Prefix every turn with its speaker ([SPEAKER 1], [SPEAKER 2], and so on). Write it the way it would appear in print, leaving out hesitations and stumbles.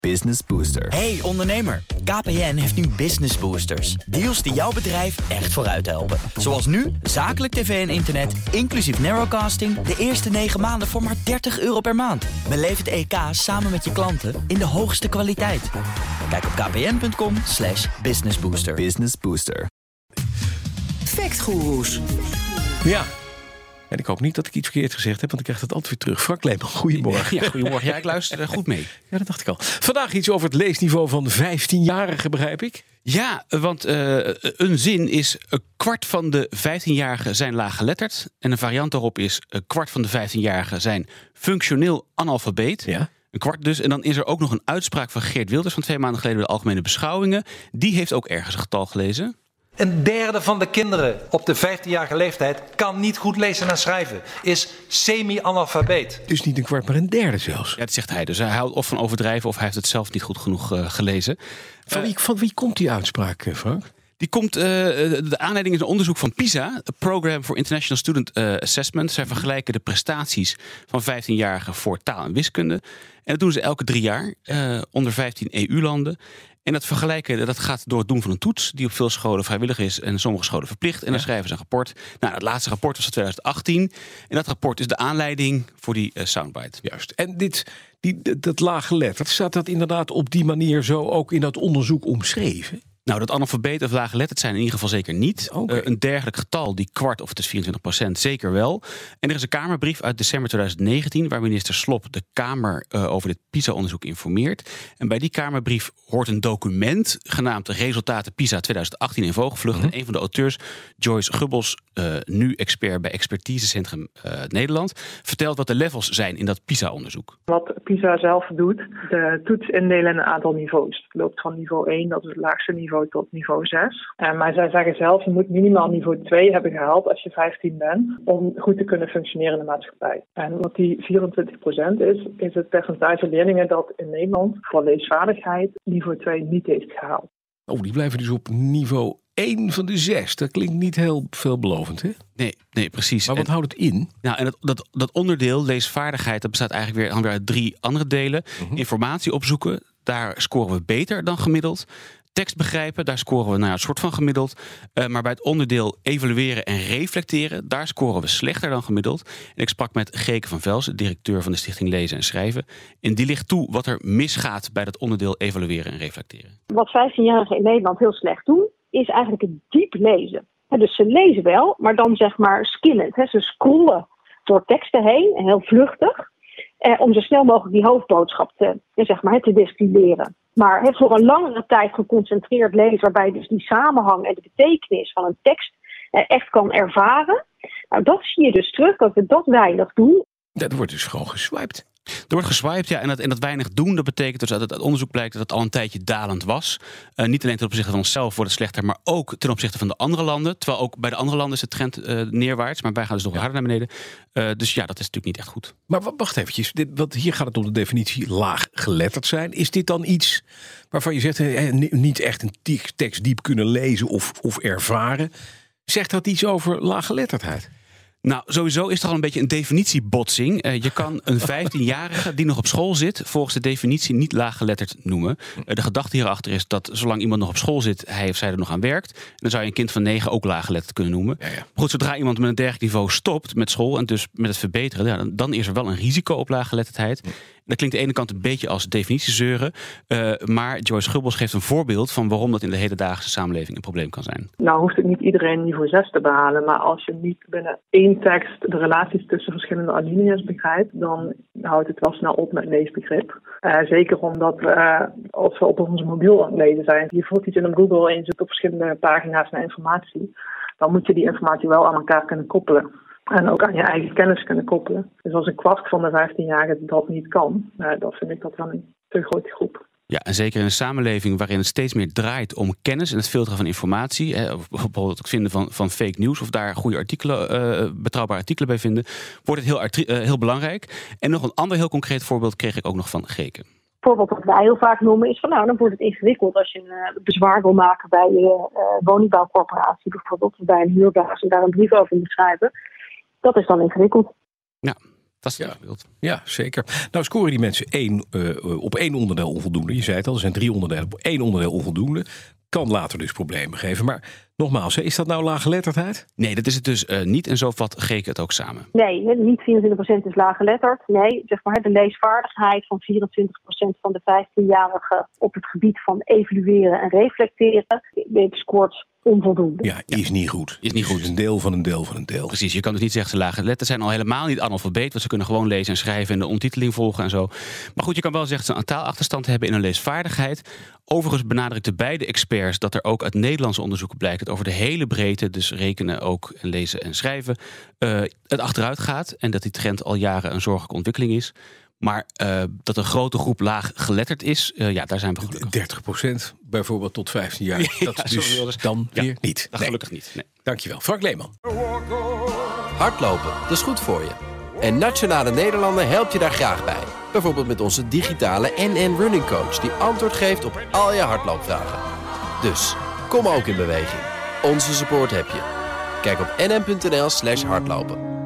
[SPEAKER 1] Business Booster.
[SPEAKER 2] Hey ondernemer, KPN heeft nu Business Boosters. Deals die jouw bedrijf echt vooruit helpen. Zoals nu, zakelijk tv en internet, inclusief narrowcasting... de eerste 9 maanden voor maar €30 per maand. Beleef het EK samen met je klanten in de hoogste kwaliteit. Kijk op kpn.com/businessbooster.
[SPEAKER 1] Business Booster.
[SPEAKER 3] Factgoeroes.
[SPEAKER 4] Ja. En ik hoop niet dat ik iets verkeerd gezegd heb, want ik krijg dat altijd weer terug. Frank Leeman, goedemorgen.
[SPEAKER 5] Ja, goedemorgen. Ja, ik luister goed mee.
[SPEAKER 4] Ja, dat dacht ik al. Vandaag iets over het leesniveau van 15-jarigen, begrijp ik.
[SPEAKER 5] Ja, want een zin is: een kwart van de 15-jarigen zijn laaggeletterd. En een variant daarop is: een kwart van de 15-jarigen zijn functioneel analfabeet.
[SPEAKER 4] Ja.
[SPEAKER 5] Een kwart dus. En dan is er ook nog een uitspraak van Geert Wilders van 2 maanden geleden bij de Algemene Beschouwingen. Die heeft ook ergens een getal gelezen.
[SPEAKER 6] Een derde van de kinderen op de 15-jarige leeftijd kan niet goed lezen en schrijven. Is semi-analfabeet.
[SPEAKER 4] Dus niet een kwart, maar een derde zelfs.
[SPEAKER 5] Ja, dat zegt hij. Dus hij houdt of van overdrijven of hij heeft het zelf niet goed genoeg gelezen.
[SPEAKER 4] Van wie komt die uitspraak, Frank?
[SPEAKER 5] Die komt, de aanleiding is een onderzoek van PISA, het Program for International Student Assessment. Zij vergelijken de prestaties van 15-jarigen voor taal en wiskunde. En dat doen ze elke 3 jaar onder 15 EU-landen. En dat vergelijken, dat gaat door het doen van een toets die op veel scholen vrijwillig is en sommige scholen verplicht. En dan schrijven ze een rapport. Nou, het laatste rapport was in 2018. En dat rapport is de aanleiding voor die soundbite.
[SPEAKER 4] Juist. En dat laaggeletterd, staat dat inderdaad op die manier zo ook in dat onderzoek omschreven?
[SPEAKER 5] Nou, dat analfabeet of laaggeletterd zijn in ieder geval zeker niet.
[SPEAKER 4] Okay.
[SPEAKER 5] Een dergelijk getal, die kwart of het is 24%, zeker wel. En er is een Kamerbrief uit december 2019... waar minister Slob de Kamer over dit PISA-onderzoek informeert. En bij die Kamerbrief hoort een document genaamd Resultaten PISA 2018 in vogelvlucht. En een van de auteurs, Joyce Gubbels, nu expert bij Expertisecentrum Nederland... vertelt wat de levels zijn in dat PISA-onderzoek.
[SPEAKER 7] Wat PISA zelf doet, de toets indelen in een aantal niveaus. Het loopt van niveau 1, dat is het laagste niveau, tot niveau 6. Maar zij zeggen zelf, je moet minimaal niveau 2 hebben gehaald als je 15 bent, om goed te kunnen functioneren in de maatschappij. En wat die 24% is het percentage leerlingen dat in Nederland voor leesvaardigheid niveau 2 niet heeft gehaald.
[SPEAKER 4] Oh, die blijven dus op niveau 1 van de 6. Dat klinkt niet heel veelbelovend, hè?
[SPEAKER 5] Nee, precies.
[SPEAKER 4] Maar wat houdt het in?
[SPEAKER 5] Nou, en dat onderdeel, leesvaardigheid, dat bestaat eigenlijk weer uit 3 andere delen. Informatie opzoeken, daar scoren we beter dan gemiddeld. Tekst begrijpen, daar scoren we een soort van gemiddeld. Maar bij het onderdeel evalueren en reflecteren, daar scoren we slechter dan gemiddeld. En ik sprak met Geke van Velzen, directeur van de Stichting Lezen en Schrijven. En die licht toe wat er misgaat bij dat onderdeel evalueren en reflecteren.
[SPEAKER 8] Wat 15-jarigen in Nederland heel slecht doen, is eigenlijk het diep lezen. Dus ze lezen wel, maar dan zeg maar skimmend. Ze scrollen door teksten heen, heel vluchtig. Om zo snel mogelijk die hoofdboodschap te destilleren. Maar voor een langere tijd geconcentreerd lezen, waarbij dus die samenhang en de betekenis van een tekst echt kan ervaren. Nou, dat zie je dus terug, dat we dat weinig doen.
[SPEAKER 4] Dat wordt dus gewoon geswiped.
[SPEAKER 5] Er wordt geswiped, ja, en dat weinig doen, dat betekent dus dat het onderzoek blijkt dat het al een tijdje dalend was. Niet alleen ten opzichte van onszelf wordt het slechter, maar ook ten opzichte van de andere landen. Terwijl ook bij de andere landen is de trend neerwaarts, maar wij gaan dus nog harder naar beneden. Dus ja, dat is natuurlijk niet echt goed.
[SPEAKER 4] Maar wacht eventjes, want hier gaat het om de definitie laaggeletterd zijn. Is dit dan iets waarvan je zegt, niet echt een tekst diep kunnen lezen of ervaren? Zegt dat iets over laaggeletterdheid?
[SPEAKER 5] Nou, sowieso is er al een beetje een definitiebotsing. Je kan een 15-jarige die nog op school zit, volgens de definitie niet laaggeletterd noemen. De gedachte hierachter is dat zolang iemand nog op school zit, hij of zij er nog aan werkt, dan zou je een kind van 9 ook laaggeletterd kunnen noemen. Ja. Maar goed, zodra iemand met een dergelijk niveau stopt met school en dus met het verbeteren, dan is er wel een risico op laaggeletterdheid. Dat klinkt aan de ene kant een beetje als definitiezeuren. Maar Joyce Gubbels geeft een voorbeeld van waarom dat in de hedendaagse samenleving een probleem kan zijn.
[SPEAKER 7] Nou hoeft het niet iedereen niveau 6 te behalen. Maar als je niet binnen 1 tekst de relaties tussen verschillende alinea's begrijpt, dan houdt het wel snel op met leesbegrip. Zeker omdat als we op onze mobiel aan het lezen zijn, je voert iets in op Google en je zoekt op verschillende pagina's naar informatie, dan moet je die informatie wel aan elkaar kunnen koppelen. En ook aan je eigen kennis kunnen koppelen. Dus als een kwart van de 15-jarigen dat niet kan, dan vind ik dat wel een te grote groep.
[SPEAKER 5] Ja, en zeker in een samenleving waarin het steeds meer draait om kennis en het filteren van informatie. Of bijvoorbeeld het vinden van fake news of daar goede artikelen, betrouwbare artikelen bij vinden, wordt het heel belangrijk. En nog een ander heel concreet voorbeeld kreeg ik ook nog van Geke.
[SPEAKER 8] Bijvoorbeeld wat wij heel vaak noemen is van dan wordt het ingewikkeld als je een bezwaar wil maken bij je woningbouwcorporatie bijvoorbeeld, of bij een huurbaas en daar een brief over moet schrijven. Dat is dan ingewikkeld.
[SPEAKER 5] Ja, Dat is het beeld.
[SPEAKER 4] Ja, zeker. Nou scoren die mensen op 1 onderdeel onvoldoende. Je zei het al, er zijn 3 onderdelen. Op 1 onderdeel onvoldoende. Kan later dus problemen geven. Maar nogmaals, is dat nou laaggeletterdheid?
[SPEAKER 5] Nee, dat is het dus niet. En zo vat Geke het ook samen.
[SPEAKER 8] Nee, niet 24% is laaggeletterd. Nee, zeg maar de leesvaardigheid van 24% van de 15-jarigen op het gebied van evalueren en reflecteren, dit scoort onvoldoende.
[SPEAKER 4] Ja, is niet goed.
[SPEAKER 5] Is niet goed.
[SPEAKER 4] Het is een deel van een deel van een deel.
[SPEAKER 5] Precies, je kan dus niet zeggen ze laaggeletterd zijn, al helemaal niet analfabeet, want ze kunnen gewoon lezen en schrijven en de ondertiteling volgen en zo. Maar goed, je kan wel zeggen ze een taalachterstand hebben in hun leesvaardigheid. Overigens benadrukten beide experts dat er ook uit Nederlandse onderzoeken blijkt dat over de hele breedte, dus rekenen ook en lezen en schrijven, het achteruit gaat en dat die trend al jaren een zorgelijke ontwikkeling is. Maar dat een grote groep laag geletterd is, daar zijn we gelukkig.
[SPEAKER 4] 30% bijvoorbeeld tot 15 jaar. Dat is dus dan weer niet.
[SPEAKER 5] Dat gelukkig niet. Nee.
[SPEAKER 4] Dankjewel. Frank Leeman.
[SPEAKER 1] Hardlopen, dat is goed voor je. En Nationale Nederlanden helpt je daar graag bij. Bijvoorbeeld met onze digitale NN Running Coach, die antwoord geeft op al je hardloopvragen. Dus, kom ook in beweging. Onze support heb je. Kijk op nn.nl/hardlopen.